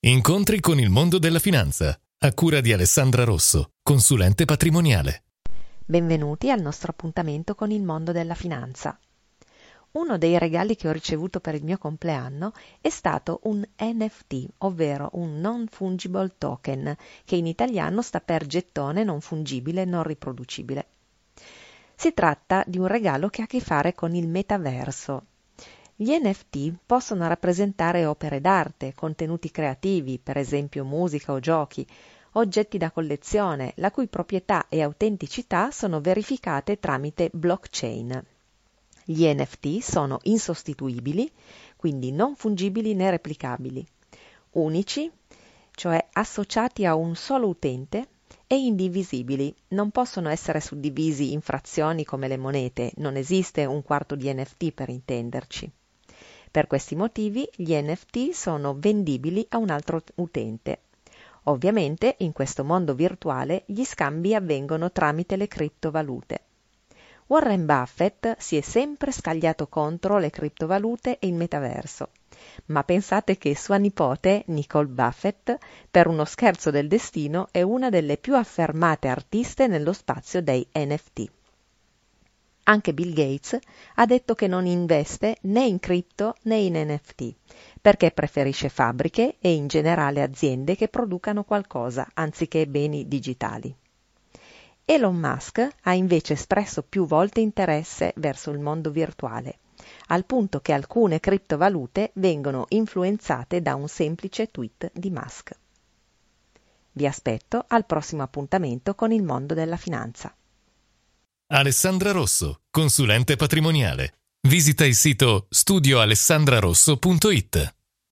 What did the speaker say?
Incontri con il mondo della finanza, a cura di Alessandra Rosso, consulente patrimoniale. Benvenuti al nostro appuntamento con il mondo della finanza. Uno dei regali che ho ricevuto per il mio compleanno è stato un NFT, ovvero un non-fungible token, che in italiano sta per gettone non fungibile non riproducibile. Si tratta di un regalo che ha a che fare con il metaverso. Gli NFT possono rappresentare opere d'arte, contenuti creativi, per esempio musica o giochi, oggetti da collezione, la cui proprietà e autenticità sono verificate tramite blockchain. Gli NFT sono insostituibili, quindi non fungibili né replicabili, unici, cioè associati a un solo utente, e indivisibili, non possono essere suddivisi in frazioni come le monete, non esiste un quarto di NFT per intenderci. Per questi motivi gli NFT sono vendibili a un altro utente. Ovviamente in questo mondo virtuale gli scambi avvengono tramite le criptovalute. Warren Buffett si è sempre scagliato contro le criptovalute e il metaverso, ma pensate che sua nipote, Nicole Buffett, per uno scherzo del destino, è una delle più affermate artiste nello spazio dei NFT. Anche Bill Gates ha detto che non investe né in cripto né in NFT, perché preferisce fabbriche e in generale aziende che producano qualcosa anziché beni digitali. Elon Musk ha invece espresso più volte interesse verso il mondo virtuale, al punto che alcune criptovalute vengono influenzate da un semplice tweet di Musk. Vi aspetto al prossimo appuntamento con il mondo della finanza. Alessandra Rosso, consulente patrimoniale. Visita il sito studioalessandrarosso.it.